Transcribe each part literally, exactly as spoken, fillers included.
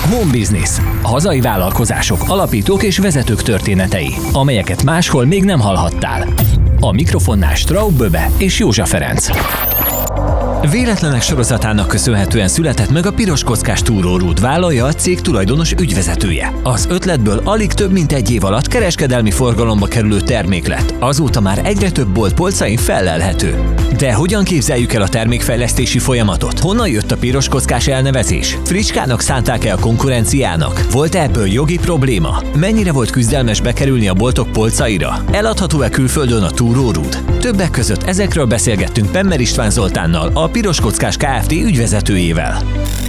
Home Business. Hazai vállalkozások, alapítók és vezetők történetei, amelyeket máshol még nem hallhattál. A mikrofonnál Straub Böbe és Józsa Ferenc. Véletlenek sorozatának köszönhetően született meg a Piros Kockás túrórúd, vállalja a cég tulajdonos ügyvezetője. Az ötletből alig több mint egy év alatt kereskedelmi forgalomba kerülő termék lett, azóta már egyre több bolt polcain fellelhető. De hogyan képzeljük el a termékfejlesztési folyamatot? Honnan jött a Piros Kockás elnevezés? Fricskának szánták-e a konkurenciának? Volt ebből jogi probléma? Mennyire volt küzdelmes bekerülni a boltok polcaira? Eladható-e külföldön a túrórúd? Többek között ezekről beszélgettünk Pemmer István Zoltánnal, a Piros Kockás Kft. Ügyvezetőjével.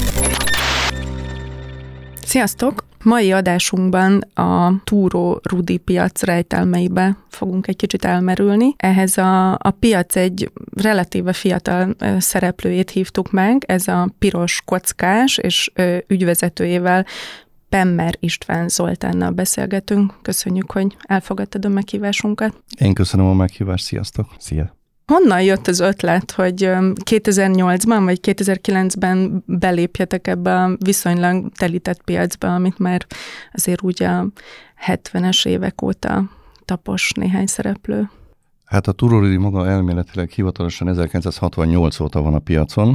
Sziasztok! Mai adásunkban a túrórudi piac rejtelmeibe fogunk egy kicsit elmerülni. Ehhez a, a piac egy relatíve fiatal szereplőjét hívtuk meg, ez a Piros Kockás, és ügyvezetőjével, Pemmer István Zoltánnal beszélgetünk. Köszönjük, hogy elfogadtad a meghívásunkat. Én köszönöm a meghívást, sziasztok! Szia! Honnan jött az ötlet, hogy kétezer-nyolcban vagy kétezer-kilencben belépjetek ebbe a viszonylag telített piacba, amit már azért úgy a hetvenes évek óta tapos néhány szereplő? Hát a túrórudi maga elméletileg hivatalosan ezerkilencszázhatvannyolc óta van a piacon,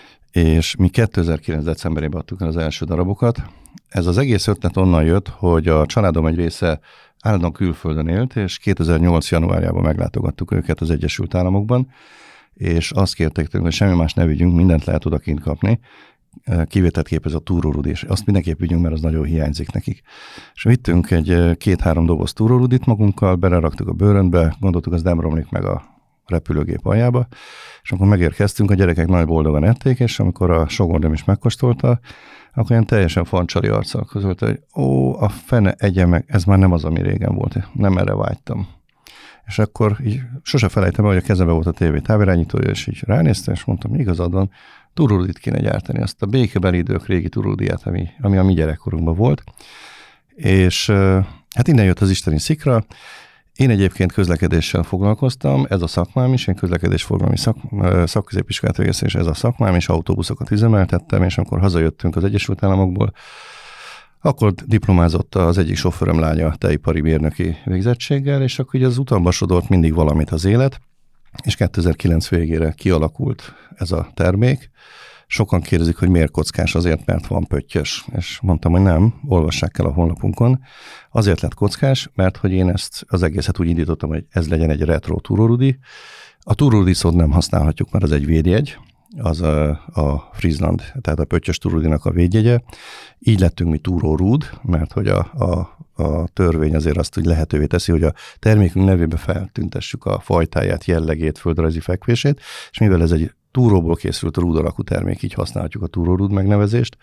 és mi kétezer-kilenc decemberében adtuk el az első darabokat. Ez az egész ötlet onnan jött, hogy a családom egy része állandóan külföldön élt, és kétezer-nyolc januárjában meglátogattuk őket az Egyesült Államokban, és azt kérték tőlünk, hogy semmi más ne vigyünk, mindent lehet odakint kapni, kivételt képez a túrórudi, és azt mindenképp vigyünk, mert az nagyon hiányzik nekik. És vittünk egy két-három doboz túrórudit magunkkal, beleraktuk a bőröntbe, gondoltuk, az nem romlik meg a repülőgép aljába, és amikor megérkeztünk, a gyerekek nagyon boldogan ették, és amikor a sogornőm is megkóstolta, akkor ilyen teljesen fancsali arccal közölte, hogy ó, a fene egye meg, ez már nem az, ami régen volt, nem erre vágytam. És akkor így sose felejtem el, hogy a kezembe volt a tévé távirányítója, és így ránéztem, és mondtam, igazad van, túrórudit kéne gyártani, azt a békebeli idők régi túrórudiát, ami, ami a mi gyerekkorunkban volt. És hát innen jött az isteni szikra. Én egyébként közlekedéssel foglalkoztam, ez a szakmám is, én közlekedésforgalmi szak, szakközépiskolát végeztem, és ez a szakmám, és autóbuszokat üzemeltettem, és amikor hazajöttünk az Egyesült Államokból, akkor diplomázott az egyik sofőröm lánya tejipari mérnöki végzettséggel, és akkor így az utamba sodort mindig valamit az élet, és kétezer-kilenc végére kialakult ez a termék. Sokan kérdezik, hogy miért kockás, azért, mert van pöttyös. És mondtam, hogy nem, olvassák el a honlapunkon. Azért lett kockás, mert hogy én ezt az egészet úgy indítottam, hogy ez legyen egy retro túrórudi. A túrórudi szót nem használhatjuk, mert az egy védjegy, az a, a Friesland, tehát a pöttyös túrórudinak a védjegye. Így lettünk mi túrórúd, mert hogy a, a, a törvény azért azt úgy lehetővé teszi, hogy a termékünk nevébe feltüntessük a fajtáját, jellegét, földrajzi fekvését, és mivel ez egy túróból készült rúd alakú termék, így használhatjuk a túrórúd megnevezést,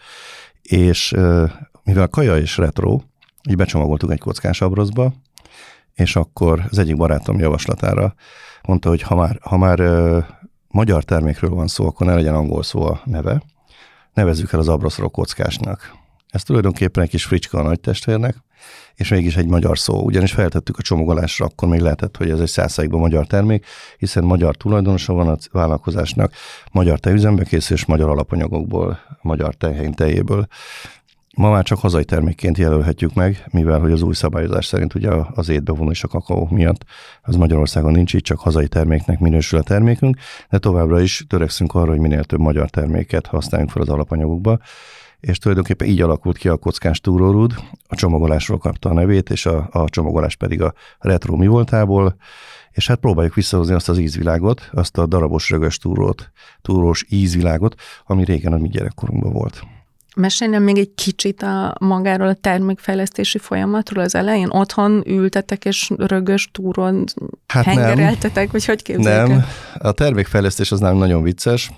és mivel kaja és retro, így becsomagoltuk egy kockás abraszba, és akkor az egyik barátom javaslatára mondta, hogy ha már, ha már uh, magyar termékről van szó, akkor ne legyen angol szó a neve, nevezzük el az abraszról kockásnak. Ez tulajdonképpen egy kis fricska a nagy testvérnek, és mégis egy magyar szó, ugyanis feltettük a csomagolásra, akkor még lehetett, hogy ez egy száz százalékban magyar termék, hiszen magyar tulajdonosa van a vállalkozásnak, magyar tejüzembe készül, és magyar alapanyagokból, magyar tejhelyén tejéből. Ma már csak hazai termékként jelölhetjük meg, mivel hogy az új szabályozás szerint ugye az étbevonó és a kakaó miatt az Magyarországon nincs, így csak hazai terméknek minősül a termékünk, de továbbra is törekszünk arra, hogy minél több magyar terméket használjunk fel az alapanyagokba, és tulajdonképpen így alakult ki a kockás túrórúd, a csomagolásról kapta a nevét, és a, a csomagolás pedig a retro mi voltából, és hát próbáljuk visszahozni azt az ízvilágot, azt a darabos rögös túrót, túrós ízvilágot, ami régen a mi gyerekkorunkban volt. Meséljem még egy kicsit a magáról a termékfejlesztési folyamatról az elején? Otthon ültetek és rögös túron hát hengereltetek, vagy hogy képzeljük? Nem, a termékfejlesztés az nálunk nagyon vicces.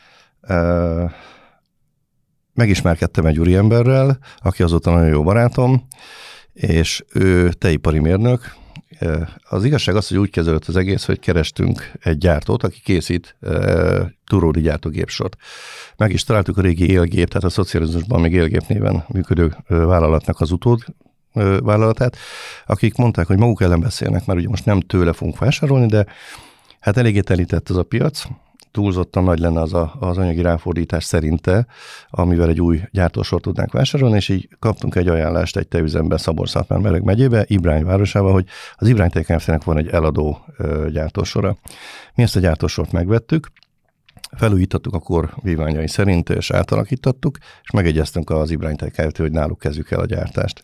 Megismerkedtem egy úriemberrel, aki azóta nagyon jó barátom, és ő tejipari mérnök. Az igazság az, hogy úgy kezdődött az egész, hogy kerestünk egy gyártót, aki készít e, túródi gyártógépsort. Meg is találtuk a régi élgép, tehát a szocializmusban még élgép néven működő vállalatnak az utód vállalatát, akik mondták, hogy maguk ellen beszélnek, mert ugye most nem tőle fogunk vásárolni, de hát eléggé telített az a piac, túlzottan nagy lenne az a, az anyagi ráfordítás szerinte, amivel egy új gyártósort tudnánk vásárolni, és így kaptunk egy ajánlást egy tejüzemben Szabolcs-Szatmár-Bereg megyébe, Ibrány városába, hogy az Ibrány Tej Kft-nek van egy eladó ö, gyártósora. Mi ezt a gyártósort megvettük, felújítottuk a kor vívmányai szerint, és átalakítottuk, és megegyeztünk az Ibrány Tej Kft., hogy náluk kezdjük el a gyártást.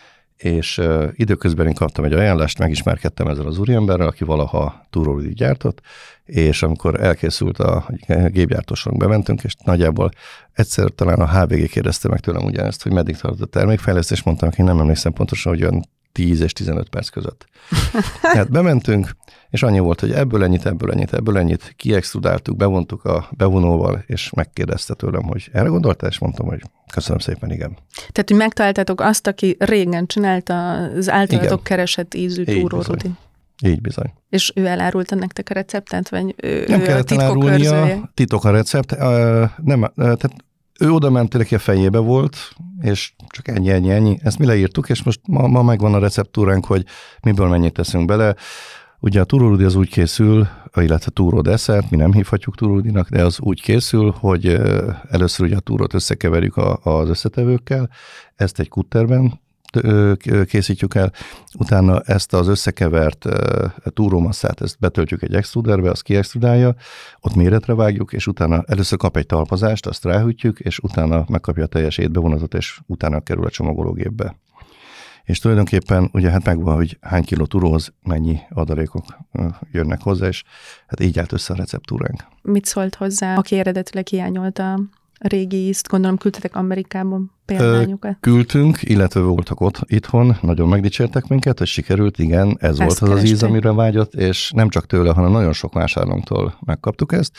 És uh, időközben én kaptam egy ajánlást, megismerkedtem ezzel az úriemberrel, aki valaha túrórudit gyártott, és amikor elkészült a gépgyártósorunk, bementünk, és nagyjából egyszer talán a há vé gé kérdezte meg tőlem ugyanezt, hogy meddig tartott a termékfejlesztés, mondtam, hogy nem emlékszem pontosan, hogy olyan tíz és tizenöt perc között. Hát bementünk, és annyi volt, hogy ebből ennyit, ebből ennyit, ebből ennyit, kiextrudáltuk, bevontuk a bevonóval, és megkérdezte tőlem, hogy erre gondoltál, és mondtam, hogy köszönöm szépen, igen. Tehát, hogy megtaláltátok azt, aki régen csinálta az általatok keresett ízű túrórudi. Így bizony. És ő elárulta nektek a receptet, vagy ő, nem ő kellett a titkok őrzője? Titok a recept. Uh, nem, uh, tehát ő oda ment, tényleg a fejébe volt, és csak ennyi, ennyi, ennyi. Ezt mi leírtuk, és most ma, ma megvan a receptúránk, hogy miből mennyit teszünk bele. Ugye a túrórudi az úgy készül, illetve túródesszert, mi nem hívhatjuk túrórudinak, de az úgy készül, hogy először ugye a túrót összekeverjük a, az összetevőkkel, ezt egy kutterben készítjük el, utána ezt az összekevert túrómasszát, ezt betöltjük egy extruderbe, azt kiextrudálja, ott méretre vágjuk, és utána először kap egy talpazást, azt ráhűtjük, és utána megkapja a teljes étbevonatot, és utána kerül a csomagológépbe. És tulajdonképpen ugye hát megvan, hogy hány kiló túróhoz mennyi adalékok jönnek hozzá, és hát így állt össze a receptúránk. Mit szólt hozzá, aki eredetileg hiányolta a régi ízt? Gondolom küldtetek Amerikában példányokat. Küldtünk, illetve voltak ott itthon, nagyon megdicsértek minket, hogy sikerült, igen, ez ezt volt az az íz, amire vágyott, és nem csak tőle, hanem nagyon sok vásárlónktól megkaptuk ezt.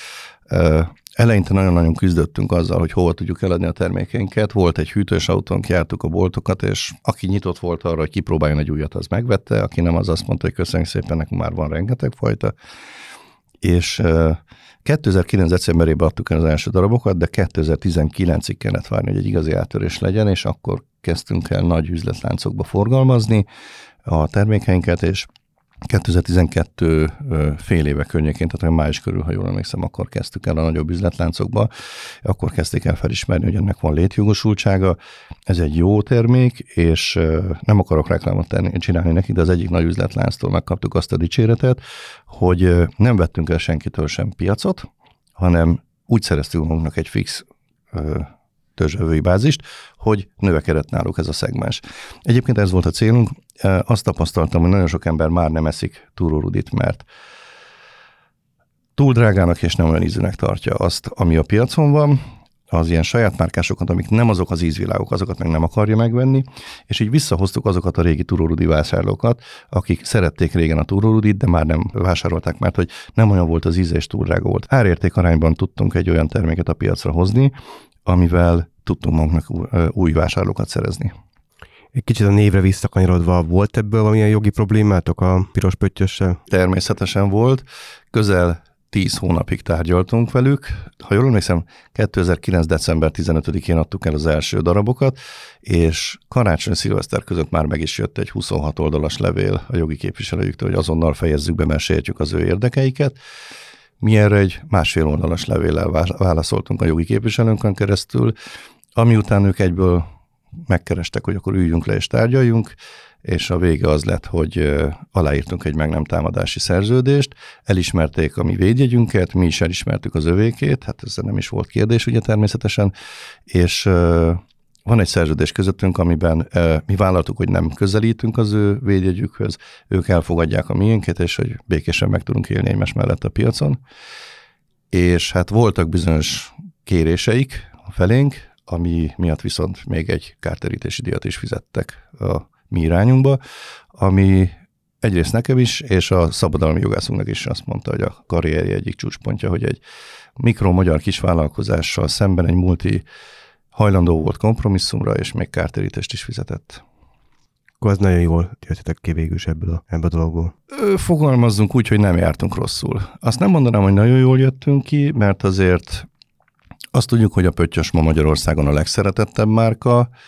Eleinte nagyon-nagyon küzdöttünk azzal, hogy hova tudjuk eladni a termékeinket. Volt egy hűtős autónk, jártuk a boltokat, és aki nyitott volt arra, hogy kipróbáljon egy újat, az megvette, aki nem, az azt mondta, hogy köszönjük szépen, nekünk már van rengeteg fajta. És kétezer-kilenc decemberében adtuk el az első darabokat, de kétezer-tizenkilencig kellett várni, hogy egy igazi áttörés legyen, és akkor kezdtünk el nagy üzletláncokba forgalmazni a termékeinket, és kétezer-tizenkettő fél éve környékén, tehát május körül, ha jól emlékszem, akkor kezdtük el a nagyobb üzletláncokba, akkor kezdték el felismerni, hogy ennek van létjogosultsága, ez egy jó termék, és nem akarok reklámot tenni, csinálni neki, de az egyik nagy üzletlánctól megkaptuk azt a dicséretet, hogy nem vettünk el senkitől sem piacot, hanem úgy szereztünk magunknak egy fix törzsevői bázist, hogy növekedett náluk ez a szegmens. Egyébként ez volt a célunk. Azt tapasztaltam, hogy nagyon sok ember már nem eszik túrórudit, mert túl drágának és nem olyan ízűnek tartja azt, ami a piacon van, az ilyen saját márkásokat, amik nem azok az ízvilágok, azokat meg nem akarja megvenni, és így visszahoztuk azokat a régi túrórudi vásárlókat, akik szerették régen a túrórudit, de már nem vásárolták, mert hogy nem olyan volt az íze és túl drága volt. Árérték arányban tudtunk egy olyan terméket a piacra hozni, amivel tudtunk magunknak új vásárlókat szerezni. Egy kicsit a névre visszakanyarodva, volt ebből valamilyen jogi problémátok a Piros Pöttyössel? Természetesen volt. Közel tíz hónapig tárgyaltunk velük. Ha jól emlékszem, kétezer-kilenc december tizenötödikén adtuk el az első darabokat, és karácsony-szilveszter között már meg is jött egy huszonhat oldalas levél a jogi képviselőjüktől, hogy azonnal fejezzük be, mert sértjük az ő érdekeiket. Mi erre egy másfél oldalas levéllel válaszoltunk a jogi képviselőnkön keresztül, ami után ők egyből megkerestek, hogy akkor üljünk le és tárgyaljunk, és a vége az lett, hogy aláírtunk egy meg nem támadási szerződést, elismerték a mi védjegyünket, mi is elismertük az övékét, hát ez nem is volt kérdés ugye természetesen, és van egy szerződés közöttünk, amiben mi vállaltuk, hogy nem közelítünk az ő védjegyükhöz, ők elfogadják a miénket, és hogy békésen meg tudunk élni egymás mellett a piacon. És hát voltak bizonyos kéréseik a felénk, ami miatt viszont még egy kártérítési díjat is fizettek a mi irányunkba, ami egyrészt nekem is, és a szabadalmi jogászunknak is azt mondta, hogy a karrierje egyik csúcspontja, hogy egy mikro-magyar kisvállalkozással szemben egy multi hajlandó volt kompromisszumra, és még kártérítést is fizetett. Akkor az nagyon jól jöttetek ki végül is ebből a, ebből a dologból. Fogalmazzunk úgy, hogy nem jártunk rosszul. Azt nem mondanám, hogy nagyon jól jöttünk ki, mert azért azt tudjuk, hogy a Pöttyös ma Magyarországon a legszeretettebb márka,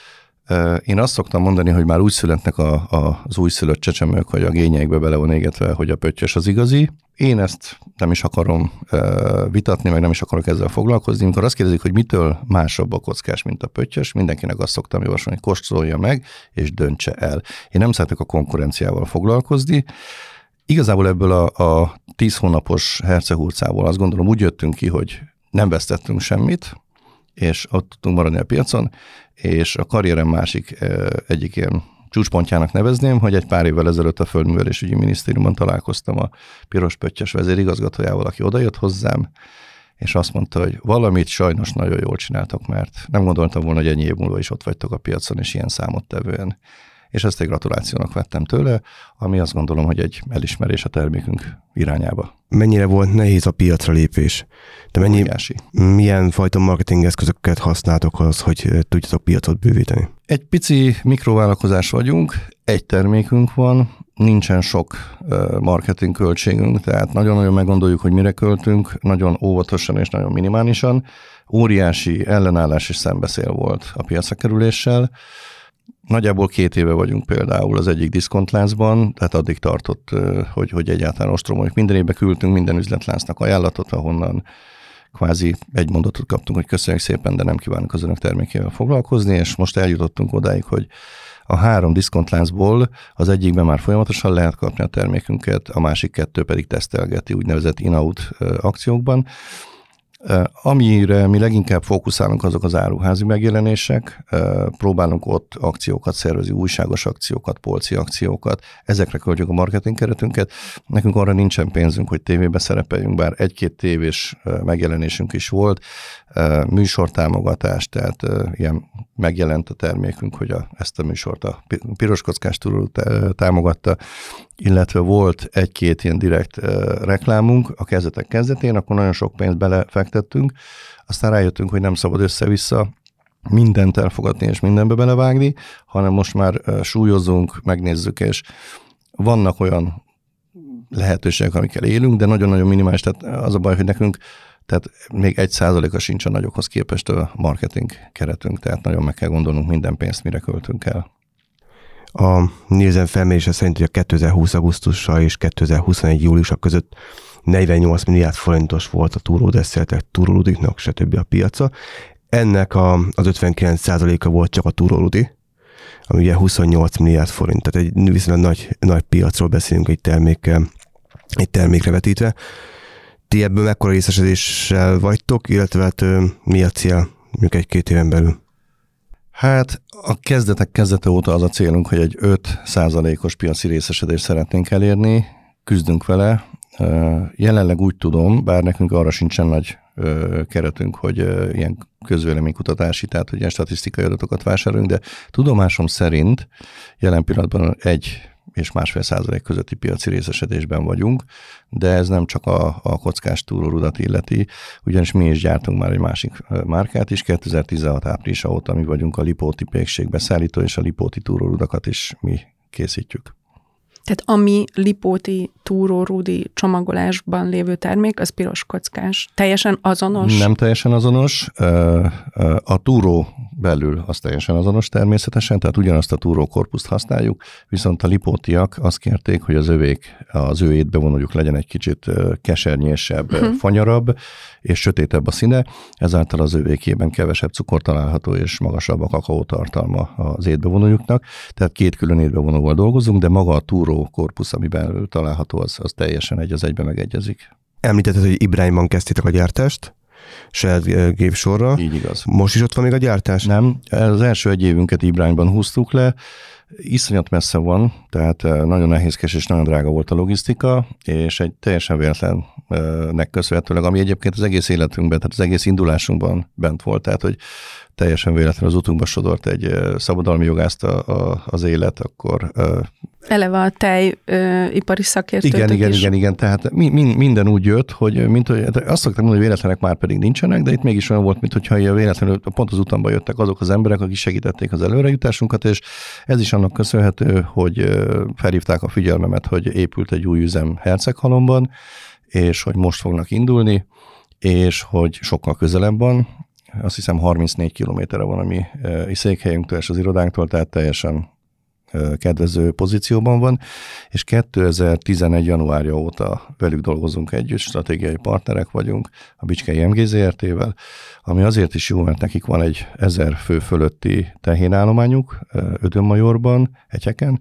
Én azt szoktam mondani, hogy már úgy születnek a, a, az újszülött csecsemők, hogy a gényeikbe bele van égetve, hogy a pöttyös az igazi. Én ezt nem is akarom uh, vitatni, meg nem is akarok ezzel foglalkozni. Amikor azt kérdezik, hogy mitől másabb a kockás, mint a pöttyös, mindenkinek azt szoktam javasolni, hogy kóstolja meg, és döntse el. Én nem szeretek a konkurenciával foglalkozni. Igazából ebből a, a tíz hónapos hercehurcából azt gondolom úgy jöttünk ki, hogy nem vesztettünk semmit, és ott tudtunk maradni a piacon, és a karrierem másik egyik ilyen csúcspontjának nevezném, hogy egy pár évvel ezelőtt a Földművelésügyi Minisztériumban találkoztam a Piros Pöttyös vezérigazgatójával, aki odajött hozzám, és azt mondta, hogy valamit sajnos nagyon jól csináltok, mert nem gondoltam volna, hogy ennyi év múlva is ott vagytok a piacon, és ilyen számottevően. És ezt egy gratulációnak vettem tőle, ami azt gondolom, hogy egy elismerés a termékünk irányába. Mennyire volt nehéz a piacra lépés? De mennyi, milyen fajta marketingeszközöket használtok az, hogy tudjatok piacot bővíteni? Egy pici mikrovállalkozás vagyunk, egy termékünk van, nincsen sok marketing költségünk, tehát nagyon-nagyon meggondoljuk, hogy mire költünk, nagyon óvatosan és nagyon minimálisan. Óriási ellenállás és szembeszél volt a piacra kerüléssel. Nagyjából két éve vagyunk például az egyik diszkontláncban, tehát addig tartott, hogy, hogy egyáltalán ostromoljuk. Minden évben küldtünk minden üzletláncnak ajánlatot, ahonnan kvázi egy mondatot kaptunk, hogy köszönjük szépen, de nem kívánunk az önök termékével foglalkozni, és most eljutottunk odáig, hogy a három diszkontláncból az egyikben már folyamatosan lehet kapni a termékünket, a másik kettő pedig tesztelgeti úgynevezett in-out akciókban. Amire mi leginkább fókuszálunk, azok az áruházi megjelenések, próbálunk ott akciókat szervezni, újságos akciókat, polci akciókat, ezekre költjük a marketing keretünket. Nekünk arra nincsen pénzünk, hogy tévébe szerepeljünk, bár egy-két tévés megjelenésünk is volt, műsortámogatás, tehát ilyen megjelent a termékünk, hogy a, ezt a műsort a Piros Kockás Túró támogatta, illetve volt egy-két ilyen direkt reklámunk a kezdetek kezdetén, akkor nagyon sok pénzt belefektettünk, aztán rájöttünk, hogy nem szabad össze-vissza mindent elfogadni és mindenbe belevágni, hanem most már súlyozunk, megnézzük, és vannak olyan lehetőségek, amikkel élünk, de nagyon-nagyon minimális, tehát az a baj, hogy nekünk tehát még egy százaléka sincs a nagyokhoz képest a marketing keretünk, tehát nagyon meg kell gondolnunk minden pénzt, mire költünk el. A Nielsen felmérése szerint, hogy a kétezer-húsz augusztusa és kétezer-huszonegy júliusa között negyvennyolc milliárd forintos volt a túródesszeltek, túrórudiknak, stb. A piaca. Ennek a, az ötvenkilenc százaléka volt csak a túrórudi, ami ugye huszonnyolc milliárd forint, tehát egy viszonylag nagy, nagy piacról beszélünk egy, termék, egy termékre vetítve. Ti ebből mekkora részesedéssel vagytok, illetve hát, mi a cél mondjuk egy-két éven belül? Hát a kezdetek kezdete óta az a célunk, hogy egy öt százalékos piaci részesedést szeretnénk elérni, küzdünk vele. Jelenleg úgy tudom, bár nekünk arra sincsen nagy keretünk, hogy ilyen közvéleménykutatási, tehát hogy ilyen statisztikai adatokat vásároljunk, de tudomásom szerint jelen pillanatban egy és másfél százalék közötti piaci részesedésben vagyunk, de ez nem csak a, a kockás túrórudat illeti, ugyanis mi is gyártunk már egy másik márkát is, kétezer-tizenhat áprilisa óta mi vagyunk a Lipóti pékségbeszállító, és a Lipóti túrórudakat is mi készítjük. Tehát ami Lipóti túrórudi csomagolásban lévő termék, az piros kockás. Teljesen azonos? Nem teljesen azonos. A túró belül az teljesen azonos természetesen, tehát ugyanazt a túrókorpuszt használjuk, viszont a lipótiak azt kérték, hogy az övék, az ő étbevonójuk legyen egy kicsit kesernyésebb, uh-huh. fanyarabb, és sötétebb a színe, ezáltal az övékében kevesebb cukor található, és magasabb a kakaótartalma az étbevonójuknak. Tehát két külön étbevonóval dolgozunk, de maga a túró korpusz, ami belül található, az, az teljesen egy az egybe megegyezik. Említetted, hogy Ibrányban kezdtétek a gyártást, saját gépsorra. Így igaz. Most is ott van még a gyártás? Nem, az első egy évünket Ibrányban húztuk le, iszonyat messze van, tehát nagyon nehézkes és nagyon drága volt a logisztika, és egy teljesen véletlennek köszönhetőleg, ami egyébként az egész életünkben, tehát az egész indulásunkban bent volt, tehát hogy teljesen véletlen az utunkba sodort egy szabadalmi jogászt a, a, az élet, akkor... Eleve a tejipari szakértőtök igen, igen, is. igen, igen, tehát mi, mi, minden úgy jött, hogy, mint, hogy azt szokták mondani, hogy véletlenek már pedig nincsenek, de itt mégis olyan volt, mintha ilyen véletlenül pont az utamban jöttek azok az emberek, akik segítették az előrejutásunkat, és ez is annak köszönhető, hogy felhívták a figyelmemet, hogy épült egy új üzem Herceghalomban, és hogy most fognak indulni, és hogy sokkal közelebb van, azt hiszem harmincnégy kilométerre van a mi székhelyünktől és az irodánktól, tehát teljesen kedvező pozícióban van, és kétezer-tizenegy januárja óta velük dolgozunk együtt, stratégiai partnerek vagyunk a Bicskei em gé zé er té-vel, ami azért is jó, mert nekik van egy ezer fő fölötti tehénállományuk Ödönmajorban, Egyeken,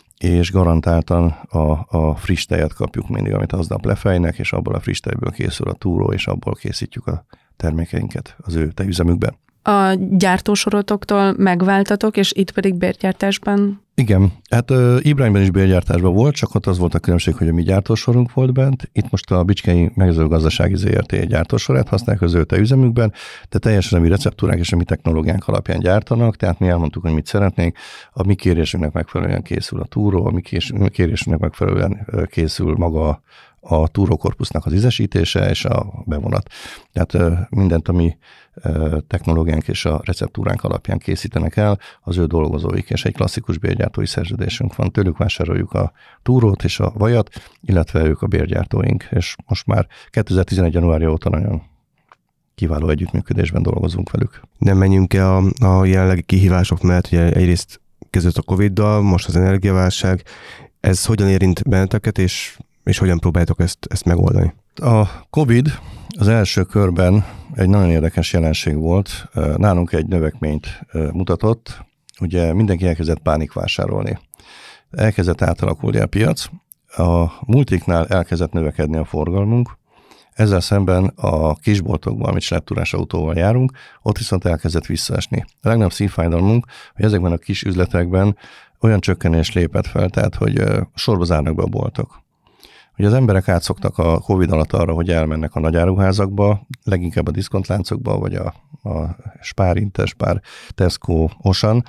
és garantáltan a, a friss tejet kapjuk mindig, amit aznap lefejnek, és abból a friss tejből készül a túró, és abból készítjük a termékeinket az ő tejüzemükben. A gyártósorotoktól megváltatok, és itt pedig bérgyártásban? Igen, hát uh, Ibrányban is bérgyártásban volt, csak ott az volt a különbség, hogy a mi gyártósorunk volt bent. Itt most a Bicskei Mezőgazdasági zé er té gyártósorát használják az ő tejüzemükben, de teljesen a mi receptúrák és a mi technológiánk alapján gyártanak, tehát mi elmondtuk, hogy mit szeretnénk. A mi kérésünknek megfelelően készül a túró, a mi kérésünknek megfelelően készül maga a túrókorpusznak az ízesítése és a bevonat. Tehát mindent, ami technológiánk és a receptúránk alapján készítenek el, az ő dolgozóik, és egy klasszikus bérgyártói szerződésünk van. Tőlük vásároljuk a túrót és a vajat, illetve ők a bérgyártóink, és most már kétezer-tizenegy januárja óta nagyon kiváló együttműködésben dolgozunk velük. Nem menjünk el a, a jelenlegi kihívások mellett, ugye egyrészt kezdődött a Coviddal, most az energiaválság. Ez hogyan érint benneteket, és és hogyan próbáljátok ezt, ezt megoldani? A Covid az első körben egy nagyon érdekes jelenség volt. Nálunk egy növekményt mutatott. Ugye mindenki elkezdett pánikvásárolni. Elkezdett átalakulni a piac. A multiknál elkezdett növekedni a forgalmunk. Ezzel szemben a kisboltokban, amit sleptúrás autóval járunk, ott viszont elkezdett visszaesni. A legnagyobb szívfájdalmunk, hogy ezekben a kis üzletekben olyan csökkenés lépett fel, tehát hogy sorba zárnak be a boltok. Ugye az emberek átszoktak a Covid alatt arra, hogy elmennek a nagyáruházakba, leginkább a diszkontláncokba, vagy a, a Spár, Interspár, Tesco, Osan,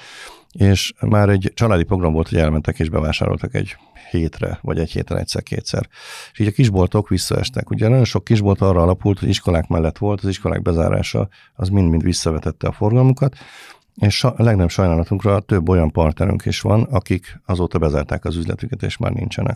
és már egy családi program volt, hogy elmentek és bevásároltak egy hétre, vagy egy héten egyszer-kétszer. És így a kisboltok visszaestek. Ugye nagyon sok kisbolt arra alapult, hogy iskolák mellett volt, az iskolák bezárása az mind-mind visszavetette a forgalmukat, és a legnagyobb sajnálatunkra több olyan partnerünk is van, akik azóta bezárták az üzletüket, és már nincsenek.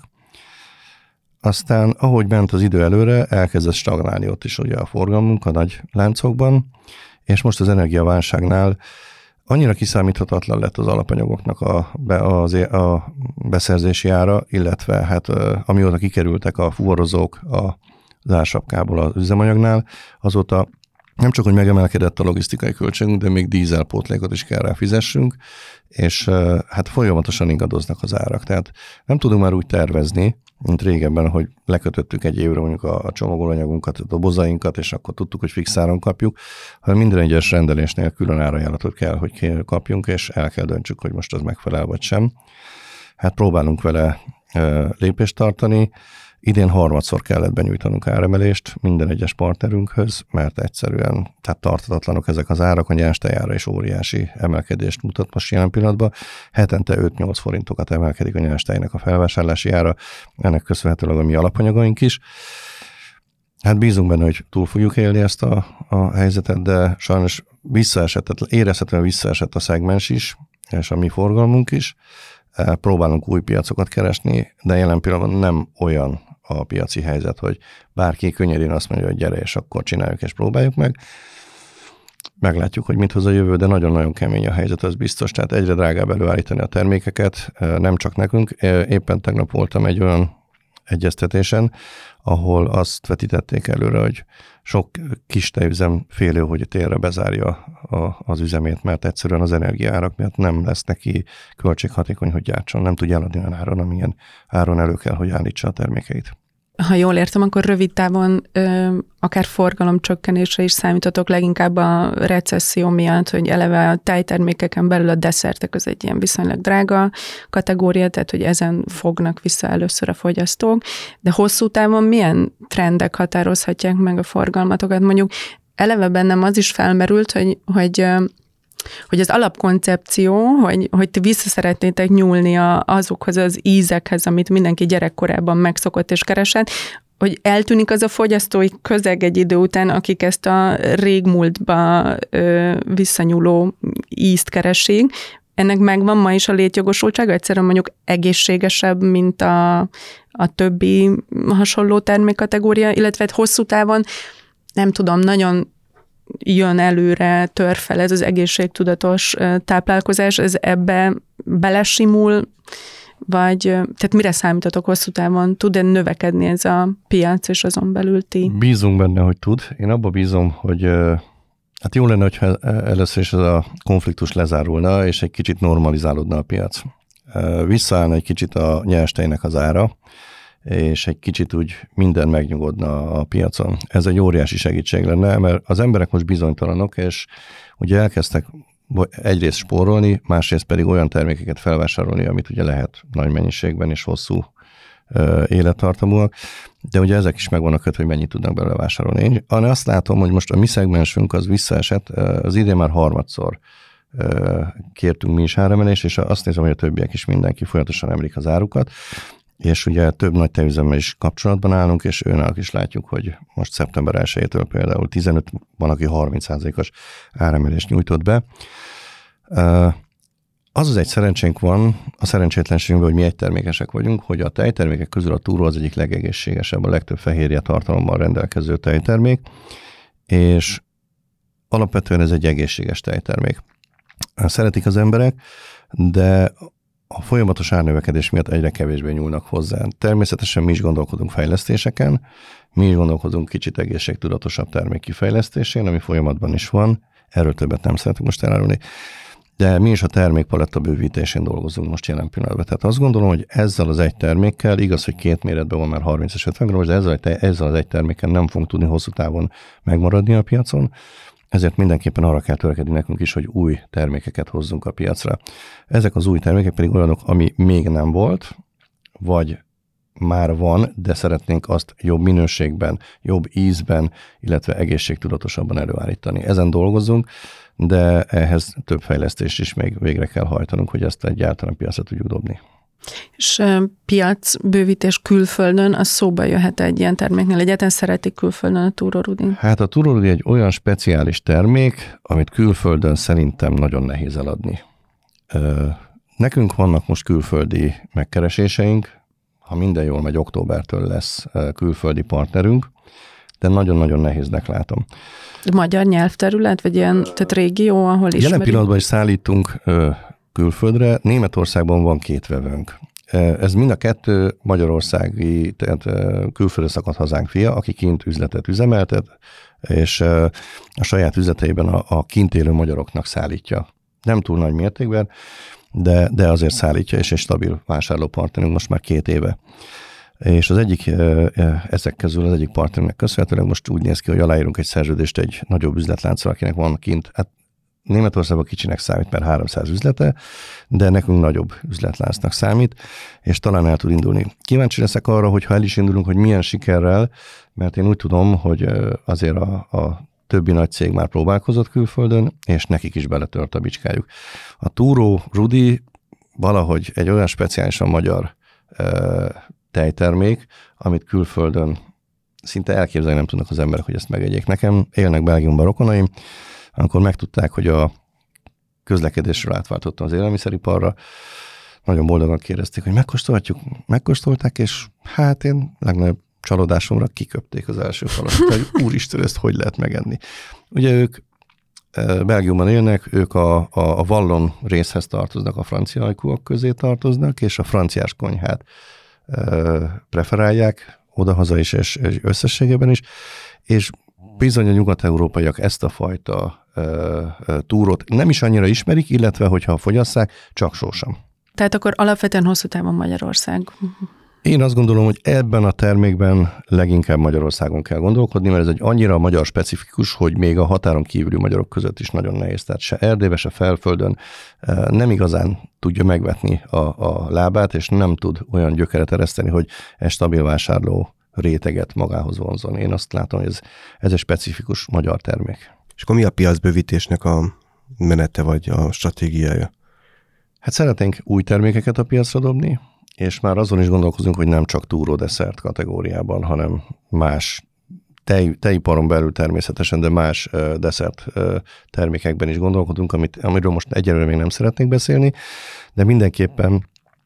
Aztán, ahogy ment az idő előre, elkezdett stagnálni ott is ugye a forgalmunk a nagy láncokban, és most az energiaválságnál annyira kiszámíthatatlan lett az alapanyagoknak a, be, az, a beszerzési ára, illetve hát amióta kikerültek a fuvarozók az ársapkából az üzemanyagnál, azóta nem csak, hogy megemelkedett a logisztikai költségünk, de még dízelpótlékot is kell rá fizessünk, és hát folyamatosan ingadoznak az árak. Tehát nem tudunk már úgy tervezni, mint régebben, hogy lekötöttük egy évre mondjuk a csomagolóanyagunkat, a dobozainkat, és akkor tudtuk, hogy fix áron kapjuk, hanem minden egyes rendelésnél külön árajánlatot kell, hogy kapjunk, és el kell döntsük, hogy most az megfelel vagy sem. Hát próbálunk vele lépést tartani. Idén harmadszor kellett benyújtanunk áremelést minden egyes partnerünkhöz, mert egyszerűen tehát tartatatlanok ezek az árak, a nyerstejára is óriási emelkedést mutat most jelen pillanatban. Hetente öt-nyolc forintokat emelkedik a nyerstejnek a felvásárlási ára, ennek köszönhetőleg a mi alapanyagaink is. Hát bízunk benne, hogy túl fogjuk élni ezt a, a helyzetet, de sajnos visszaesett, érezhetően visszaesett a szegmens is, és a mi forgalmunk is. Próbálunk új piacokat keresni, de jelen pillanatban nem olyan a piaci helyzet, hogy bárki könnyedén azt mondja, hogy gyere, és akkor csináljuk, és próbáljuk meg. Meglátjuk, hogy mit hoz a jövő, de nagyon-nagyon kemény a helyzet, az biztos. Tehát egyre drágább előállítani a termékeket, nem csak nekünk. Éppen tegnap voltam egy olyan egyeztetésen, ahol azt vetítették előre, hogy sok kis tejüzem félő, hogy térre bezárja a, az üzemét, mert egyszerűen az energiaárak miatt nem lesz neki költséghatékony, hogy gyártson, nem tudja eladni olyan áron, amilyen áron elő kell, hogy állítsa a termékeit. Ha jól értem, akkor rövid távon ö, akár forgalomcsökkenésre is számítatok, leginkább a recesszió miatt, hogy eleve a tejtermékeken belül a desszertek az egy ilyen viszonylag drága kategória, tehát hogy ezen fognak vissza először a fogyasztók, de hosszú távon milyen trendek határozhatják meg a forgalmatokat? Mondjuk eleve bennem az is felmerült, hogy, hogy hogy az alapkoncepció, hogy, hogy ti vissza szeretnétek nyúlni a, azokhoz az ízekhez, amit mindenki gyerekkorában megszokott és keresett, hogy eltűnik az a fogyasztói közeg egy idő után, akik ezt a régmúltba ö, visszanyúló ízt keresik. Ennek megvan ma is a létjogosultsága, egyszerűen mondjuk egészségesebb, mint a, a többi hasonló termékkategória, illetve hosszú távon, nem tudom, nagyon jön előre, tör fel ez az egészségtudatos táplálkozás, ez ebbe belesimul, vagy tehát mire számítatok hosszú távon? Tud-e növekedni ez a piac, és azon belül ti? Bízunk benne, hogy tud. Én abba bízom, hogy hát jó lenne, hogyha először is ez a konfliktus lezárulna, és egy kicsit normalizálódna a piac. Visszaállna egy kicsit a nyerstejnek az ára, és egy kicsit úgy minden megnyugodna a piacon. Ez egy óriási segítség lenne, mert az emberek most bizonytalanok, és ugye elkezdtek egyrészt spórolni, másrészt pedig olyan termékeket felvásárolni, amit ugye lehet nagy mennyiségben és hosszú ö, élettartamúak, de ugye ezek is meg vannak kötve, hogy mennyit tudnak belőle vásárolni. Én azt látom, hogy most a mi szegmensünk az visszaesett, az idén már harmadszor ö, kértünk mi is áremelést, és azt nézem, hogy a többiek is mindenki folyamatosan emelik az árukat, és ugye több nagy tejüzemmel is kapcsolatban állunk, és őnáluk is látjuk, hogy most szeptember elsejétől például tizenöt, van, aki harminc százalékos áremelést nyújtott be. Az az egy szerencsénk van, a szerencsétlenségünkben, hogy mi egytermékesek vagyunk, hogy a tejtermékek közül a túró az egyik legegészségesebb, a legtöbb fehérje tartalommal rendelkező tejtermék, és alapvetően ez egy egészséges tejtermék. Szeretik az emberek, de a folyamatos árnövekedés miatt egyre kevésbé nyúlnak hozzá. Természetesen mi is gondolkodunk fejlesztéseken, mi is gondolkodunk kicsit egészségtudatosabb termék kifejlesztésén, ami folyamatban is van, erről többet nem szeretünk most elárulni, de mi is a termékpaletta bővítésén dolgozunk most jelen pillanatban. Tehát azt gondolom, hogy ezzel az egy termékkel, igaz, hogy két méretben van már harminc és ötven grammos, de ezzel, ezzel az egy termékkel nem fogunk tudni hosszú távon megmaradni a piacon, ezért mindenképpen arra kell törekedni nekünk is, hogy új termékeket hozzunk a piacra. Ezek az új termékek pedig olyanok, ami még nem volt, vagy már van, de szeretnénk azt jobb minőségben, jobb ízben, illetve egészségtudatosabban előállítani. Ezen dolgozunk, de ehhez több fejlesztést is még végre kell hajtanunk, hogy ezt egyáltalán piacra tudjuk dobni. És piacbővítés külföldön, az szóba jöhet egy ilyen terméknél? Egyáltalán szeretik külföldön a Túró Rudi? Hát a Túró Rudi egy olyan speciális termék, amit külföldön szerintem nagyon nehéz eladni. Nekünk vannak most külföldi megkereséseink, ha minden jól megy, októbertől lesz külföldi partnerünk, de nagyon-nagyon nehéznek látom. Magyar nyelvterület, vagy ilyen, tehát régió, ahol ismerik? Jelen pillanatban is szállítunk külföldre. Németországban van két vevőnk. Ez mind a kettő magyarországi, tehát külföldre szakadt hazánk fia, aki kint üzletet üzemeltet, és a saját üzleteiben a, a kint élő magyaroknak szállítja. Nem túl nagy mértékben, de, de azért szállítja, és egy stabil vásárlópartnerünk most már két éve. És az egyik, ezek közül az egyik partnernek köszönhetőleg most úgy néz ki, hogy aláírunk egy szerződést egy nagyobb üzletláncra, akinek van kint, hát Németországban kicsinek számít, mert háromszáz üzlete, de nekünk nagyobb üzletláncnak számít, és talán el tud indulni. Kíváncsi leszek arra, hogy ha el is indulunk, hogy milyen sikerrel, mert én úgy tudom, hogy azért a, a többi nagy cég már próbálkozott külföldön, és nekik is beletört a bicskájuk. A Túró Rudi valahogy egy olyan speciálisan magyar tejtermék, amit külföldön szinte elképzelni nem tudnak az emberek, hogy ezt megegyék. Nekem élnek Belgiumban rokonaim, amikor megtudták, hogy a közlekedésről átváltottam az élelmiszeriparra, nagyon boldogan kérdezték, hogy megkóstolhatjuk. Megkóstolták, és hát én legnagyobb csalódásomra kiköpték az első falat, hogy úristen, ezt hogy lehet megenni. Ugye ők Belgiumban élnek, ők a, a, a vallon részhez tartoznak, a francia ajkúak közé tartoznak, és a franciás konyhát preferálják, odahaza is, és, és összességében is, és bizony a nyugat-európaiak ezt a fajta ö, ö, túrót nem is annyira ismerik, illetve hogyha fogyasszák, csak sósem. Tehát akkor alapvetően hosszú távon Magyarország. Én azt gondolom, hogy ebben a termékben leginkább Magyarországon kell gondolkodni, mert ez egy annyira magyar specifikus, hogy még a határon kívüli magyarok között is nagyon nehéz. Tehát se Erdélybe, se Felföldön nem igazán tudja megvetni a, a lábát, és nem tud olyan gyökeret ereszteni, hogy egy stabil vásárló réteget magához vonzon. Én azt látom, hogy ez, ez egy specifikus magyar termék. És akkor mi a piacbővítésnek a menete vagy a stratégiája? Hát szeretnénk új termékeket a piacra dobni, és már azon is gondolkozunk, hogy nem csak túró desszert kategóriában, hanem más tej, tejiparon belül természetesen, de más uh, desszert uh, termékekben is gondolkodunk, amit, amiről most egyelőre még nem szeretnék beszélni, de mindenképpen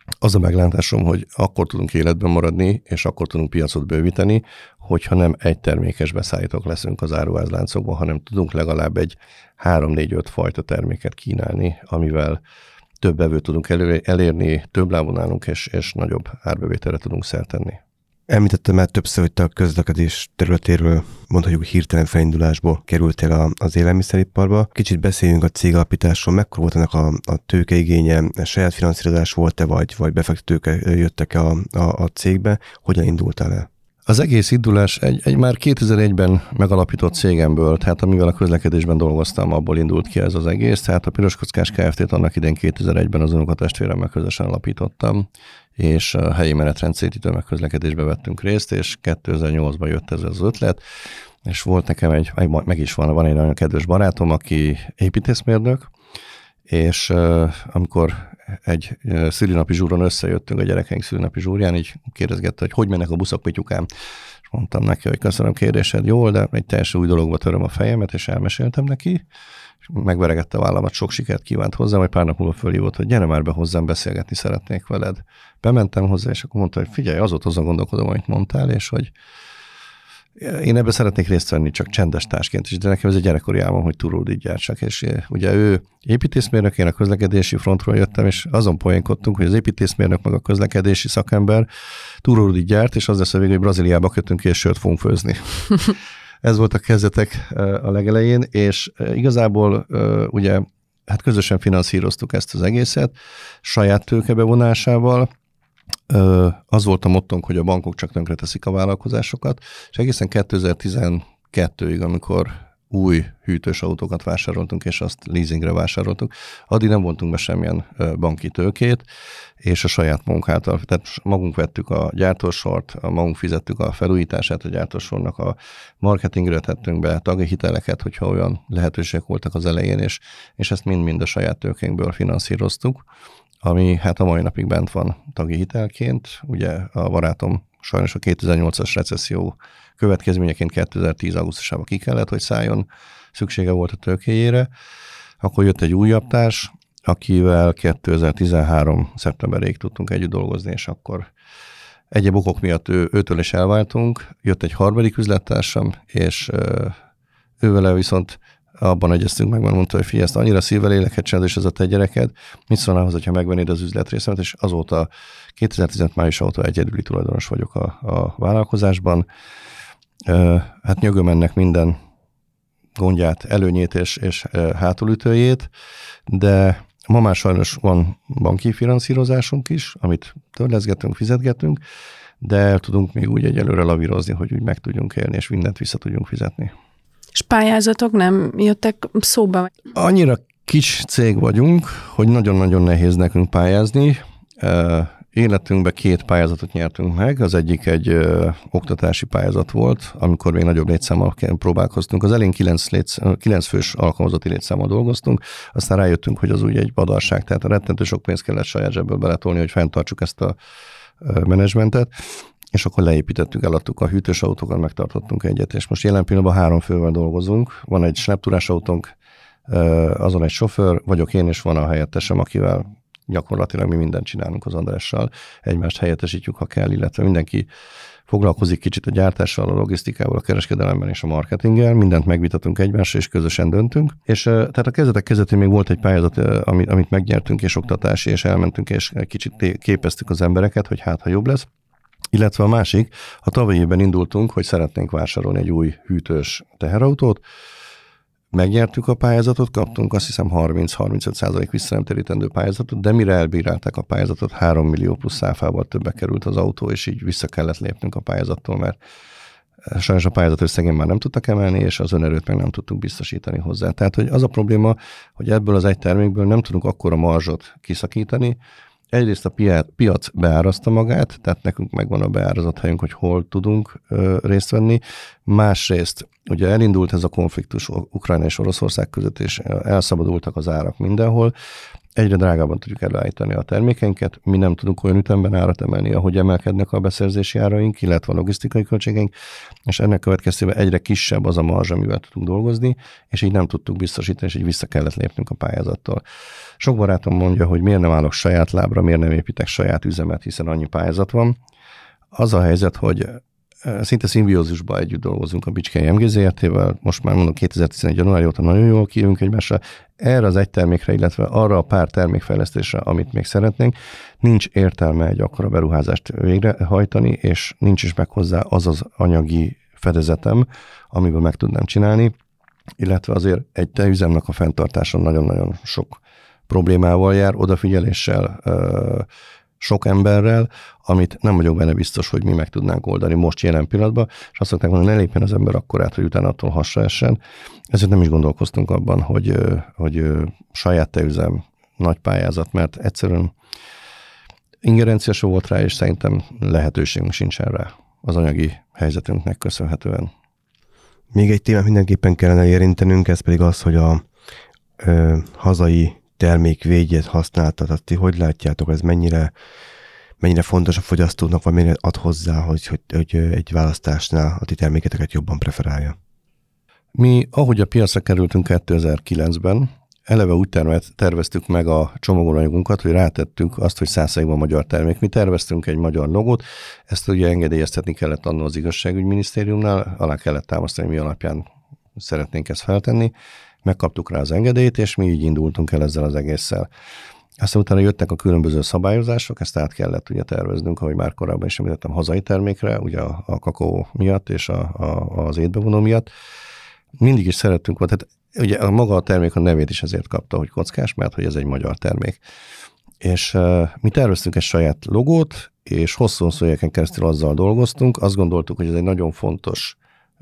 Az a meglátásom, hogy akkor tudunk életben maradni, és akkor tudunk piacot bővíteni, hogyha nem egy termékes beszállítók leszünk az áruházláncokban, hanem tudunk legalább egy három-négy-öt fajta terméket kínálni, amivel több vevőt tudunk elérni, több lábon állunk, és, és nagyobb árbevételre tudunk szert tenni. Említettem már többször, hogy te a közlekedés területéről, mondhatjuk hirtelen felindulásból kerültél az élelmiszeriparba. Kicsit beszéljünk a cégalapításról, mekkora volt ennek a, a tőkeigénye, saját finanszírozás volt-e, vagy, vagy befektetők jöttek a, a, a cégbe, hogyan indultál el? Az egész indulás egy, egy már kétezer-egyben megalapított cégemből, tehát amivel a közlekedésben dolgoztam, abból indult ki ez az egész. Tehát a Piroskockás Kft-t annak idén kétezer-egyben az unokatestvéremmel közösen alapítottam, és a helyi menetrendszéti tömegközlekedésbe vettünk részt, és kétezer-nyolcban jött ez az ötlet, és volt nekem egy, meg is van, van egy nagyon kedves barátom, aki építészmérnök, és uh, amikor egy uh, szülinapi zsúron összejöttünk a gyerekeink szülinapi zsúrján, így kérdezgette, hogy hogy mennek a buszok, Pityukám. És mondtam neki, hogy köszönöm kérdésed, jól, de egy teljesen új dologba töröm a fejemet, és elmeséltem neki, és megveregette a vállamat, sok sikert kívánt hozzám, majd pár nap múlva fölhívott, hogy gyere már be hozzám, beszélgetni szeretnék veled. Bementem hozzá, és akkor mondta, hogy figyelj, azóta azon gondolkodom, amit mondtál, és hogy én ebben szeretnék részt venni, csak csendes társként is, de nekem ez egy gyerekkori álmom, hogy túródit gyártsak, és ugye ő építészmérnök, én a közlekedési frontról jöttem, és azon poénkodtunk, hogy az építészmérnök meg a közlekedési szakember túródit gyárt, és az lesz a végül, hogy Brazíliába kötünk ki, és sört fogunk főzni. Ez volt a kezdetek a legelején, és igazából ugye hát közösen finanszíroztuk ezt az egészet, saját tőke bevonásával. Az volt a mottónk, hogy a bankok csak tönkreteszik a vállalkozásokat, és egészen kétezer-tizenkettőig, amikor új hűtős autókat vásároltunk, és azt leasingre vásároltuk, addig nem vontunk be semmilyen banki tőkét, és a saját munkától, tehát magunk vettük a gyártósort, magunk fizettük a felújítását a gyártósornak, a marketingre tettünk be tagi hiteleket, hogyha olyan lehetőségek voltak az elején, és, és ezt mind-mind a saját tőkénkből finanszíroztuk, ami hát a mai napig bent van tagi hitelként. Ugye a barátom sajnos a kétezer-nyolcas recesszió következményeként kétezer-tíz augusztusában ki kellett, hogy szálljon, szüksége volt a tőkéjére. Akkor jött egy újabb társ, akivel kétezer-tizenhárom szeptemberig tudtunk együtt dolgozni, és akkor egyéb okok miatt ő, őtől is elváltunk. Jött egy harmadik üzlettársam, és ővele viszont abban egyeztünk meg, mert mondta, hogy figyelj, ezt annyira szívvel éleket csinálod, és ez a te gyereked, mit szólnál hozzá, ha megvennéd az üzletrészemet, és azóta kétezer-tizenöt május óta egyedüli tulajdonos vagyok a, a vállalkozásban. Hát nyögöm ennek minden gondját, előnyét és, és hátulütőjét, de ma már sajnos van banki finanszírozásunk is, amit törleszgetünk, fizetgetünk, de el tudunk még úgy egyelőre lavírozni, hogy úgy meg tudjunk élni, és mindent vissza tudjunk fizetni. És pályázatok nem jöttek szóba? Annyira kis cég vagyunk, hogy nagyon-nagyon nehéz nekünk pályázni. Életünkben két pályázatot nyertünk meg, az egyik egy ö, oktatási pályázat volt, amikor még nagyobb létszámmal próbálkoztunk. Az elején kilenc, létsz, kilenc fős alkalmazotti létszámmal dolgoztunk, aztán rájöttünk, hogy az úgy egy badarság, tehát a rettentő sok pénzt kellett saját zsebből beletolni, hogy fenntartsuk ezt a ö, menedzsmentet, és akkor leépítettük, eladtuk a hűtős autókat, megtartottunk egyet, és most jelen pillanatban három fővel dolgozunk. Van egy snapturás autónk, ö, azon egy sofőr, vagyok én, és van a helyettesem, akivel gyakorlatilag mi mindent csinálunk az Andrással, egymást helyettesítjük, ha kell, illetve mindenki foglalkozik kicsit a gyártással, a logisztikával, a kereskedelemmel és a marketinggel, mindent megvitatunk egymással, és közösen döntünk. És tehát a kezdetek kezdetén még volt egy pályázat, amit megnyertünk, és oktatási, és elmentünk, és kicsit képeztük az embereket, hogy hát, ha jobb lesz. Illetve a másik, a tavalyi évben indultunk, hogy szeretnénk vásárolni egy új hűtős teherautót. Megnyertük a pályázatot, kaptunk azt hiszem harminc-harmincöt százalék visszanemtérítendő pályázatot, de mire elbírálták a pályázatot, három millió plusz áfával többe került az autó, és így vissza kellett lépnünk a pályázattól, mert sajnos a pályázat összegén már nem tudtak emelni, és az önerőt meg nem tudtuk biztosítani hozzá. Tehát, hogy az a probléma, hogy ebből az egy termékből nem tudunk akkora marzsot kiszakítani. Egyrészt a piac beárazta magát, tehát nekünk megvan a beárazott helyünk, hogy hol tudunk ö, részt venni. Másrészt ugye elindult ez a konfliktus Ukrajna és Oroszország között, és elszabadultak az árak mindenhol, egyre drágában tudjuk előállítani a termékeinket, mi nem tudunk olyan ütemben árat emelni, ahogy emelkednek a beszerzési áraink, illetve a logisztikai költségeink, és ennek következtében egyre kisebb az a marzs, amivel tudunk dolgozni, és így nem tudtuk biztosítani, és így vissza kellett lépnünk a pályázattól. Sok barátom mondja, hogy miért nem állok saját lábra, miért nem építek saját üzemet, hiszen annyi pályázat van. Az a helyzet, hogy szinte szimbiózisban együtt dolgozunk a Bicskei em gé zé er té-vel, most már mondom kétezer-tizenegy. január óta nagyon jól kijövünk egymásra. Erre az egy termékre, illetve arra a pár termékfejlesztésre, amit még szeretnénk, nincs értelme egy akkora beruházást végrehajtani, és nincs is meg hozzá az az anyagi fedezetem, amiből meg tudnám csinálni, illetve azért egy tejüzemnek a fenntartása nagyon-nagyon sok problémával jár, odafigyeléssel, sok emberrel, amit nem vagyok benne biztos, hogy mi meg tudnánk oldani most jelen pillanatban, és azt szokták mondani, ne lépjen az ember akkorát, hogy utána attól hasra essen. Ezért nem is gondolkoztunk abban, hogy, hogy saját tejüzem, nagy pályázat, mert egyszerűen ingerencia se volt rá, és szerintem lehetőségünk sincsen rá az anyagi helyzetünknek köszönhetően. Még egy témát mindenképpen kellene érintenünk, ez pedig az, hogy a ö, hazai termékvédjet használtat. Ti hogy látjátok, ez mennyire, mennyire fontos a fogyasztóknak, vagy mennyire ad hozzá, hogy, hogy, hogy egy választásnál a ti terméketeket jobban preferálja? Mi, ahogy a piacra kerültünk kétezer-kilencben, eleve úgy terveztük meg a csomagolóanyagunkat, hogy rátettük azt, hogy száz százalékban magyar termék. Mi terveztünk egy magyar logót, ezt ugye engedélyeztetni kellett annól az igazságügyminisztériumnál, alá kellett támasztani, mi alapján szeretnénk ezt feltenni. Megkaptuk rá az engedélyt, és mi így indultunk el ezzel az egésszel. Aztán utána jöttek a különböző szabályozások, ezt át kellett ugye terveznünk, ahogy már korábban is említettem, hazai termékre, ugye a, a kakaó miatt és a, a, az étbevonó miatt. Mindig is szerettünk volt, tehát ugye a maga a termék a nevét is ezért kapta, hogy kockás, mert hogy ez egy magyar termék. És uh, mi terveztünk egy saját logót, és hosszú-hosszú éveken keresztül azzal dolgoztunk. Azt gondoltuk, hogy ez egy nagyon fontos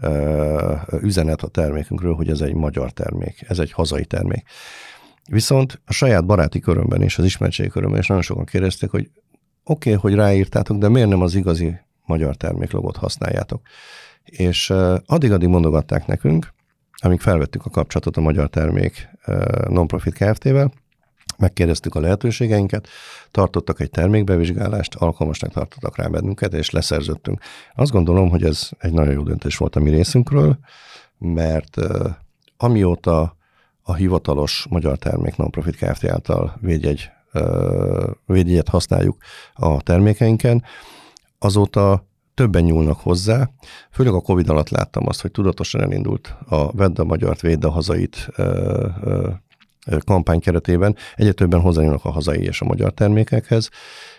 uh, üzenet a termékünkről, hogy ez egy magyar termék, ez egy hazai termék. Viszont a saját baráti körömben és az ismertségi körömben is nagyon sokan kérdezték, hogy oké, okay, hogy ráírtátok, de miért nem az igazi magyar terméklogót használjátok? És uh, addig-addig mondogatták nekünk, amíg felvettük a kapcsolatot a Magyar Termék uh, Non-Profit Kft-vel, megkérdeztük a lehetőségeinket, tartottak egy termékbevizsgálást, alkalmasnak tartottak rá bennünket, és leszerződtünk. Azt gondolom, hogy ez egy nagyon jó döntés volt a mi részünkről, mert uh, amióta a hivatalos Magyar Termék Non-Profit Kft. Által védjegy, uh, védjegyet használjuk a termékeinken, azóta többen nyúlnak hozzá. Főleg a Covid alatt láttam azt, hogy tudatosan elindult a Vedd a Magyart, Védd a hazait ö, ö, kampány keretében. Egyre többen hozzányúlnak a hazai és a magyar termékekhez,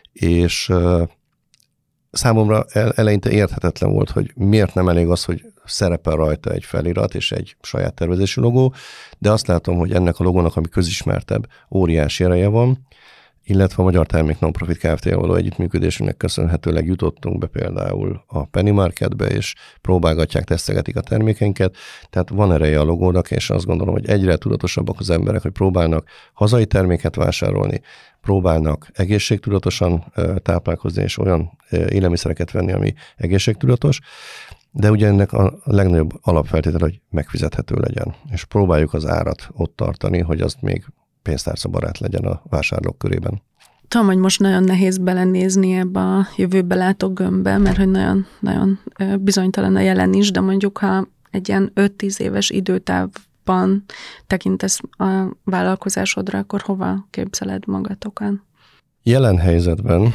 és ö, számomra eleinte érthetetlen volt, hogy miért nem elég az, hogy szerepel rajta egy felirat és egy saját tervezésű logó, de azt látom, hogy ennek a logónak, ami közismertebb, óriási ereje van, illetve a Magyar Termék Non-Profit Kft-vel való együttműködésünknek köszönhetőleg jutottunk be például a Penny Marketbe, és próbálgatják, tesztegetik a termékeinket, tehát van ereje a logónak, és azt gondolom, hogy egyre tudatosabbak az emberek, hogy próbálnak hazai terméket vásárolni, próbálnak egészségtudatosan táplálkozni, és olyan élelmiszereket venni, ami egészségtudatos, de ugye ennek a legnagyobb alapfeltétele, hogy megfizethető legyen, és próbáljuk az árat ott tartani, hogy azt még pénztárcabarát legyen a vásárlók körében. Tudom, hogy most nagyon nehéz belenézni ebbe a jövőbe látó gömbbe, mert hogy nagyon, nagyon bizonytalan a jelen is, de mondjuk, ha egy ilyen öt-tíz éves időtávban tekintesz a vállalkozásodra, akkor hova képzeled magatokat? Jelen helyzetben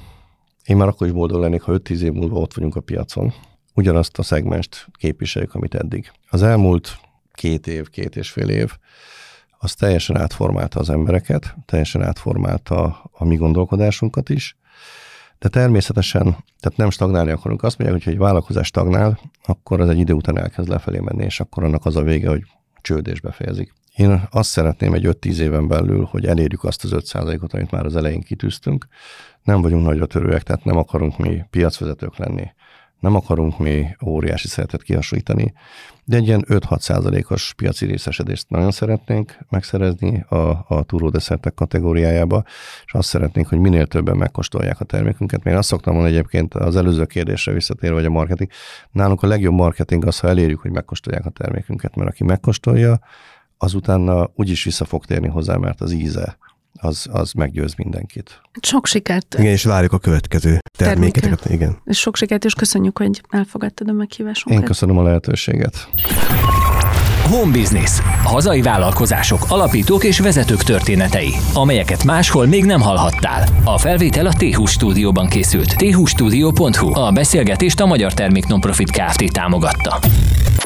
én már akkor is boldog lennék, ha öt-tíz év múlva ott vagyunk a piacon. Ugyanazt a szegmest képviseljük, amit eddig. Az elmúlt két év, két és fél év az teljesen átformálta az embereket, teljesen átformálta a mi gondolkodásunkat is, de természetesen, tehát nem stagnálni akarunk. Azt mondják, hogy ha egy vállalkozás stagnál, akkor az egy idő után elkezd lefelé menni, és akkor annak az a vége, hogy csőd és befejezik. Én azt szeretném egy öt-tíz éven belül, hogy elérjük azt az öt százalékot, amit már az elején kitűztünk. Nem vagyunk nagyra törőek, tehát nem akarunk mi piacvezetők lenni. Nem akarunk mi óriási szeretet kihasonlítani, de egy ilyen öt-hat százalékos piaci részesedést nagyon szeretnénk megszerezni a, a túródesszertek kategóriájába, és azt szeretnénk, hogy minél többen megkóstolják a termékünket. Én azt szoktam mondani egyébként az előző kérdésre visszatérve, vagy a marketing. Nálunk a legjobb marketing az, ha elérjük, hogy megkóstolják a termékünket, mert aki megkóstolja, az utána úgyis vissza fog térni hozzá, mert az íze az, az meggyőz mindenkit. Sok sikert. Igen, és várjuk a következő termékeket. Terméke. Igen. És sok sikert, és köszönjük, hogy elfogadtad a meghívásunkat. Én köszönöm a lehetőséget. Home Business. Hazai vállalkozások, alapítók és vezetők történetei, amelyeket máshol még nem hallhattál. A felvétel a té húsz stúdióban készült. té húsz stúdió pont hu. A beszélgetést a Magyar Termék Nonprofit Kft. Támogatta.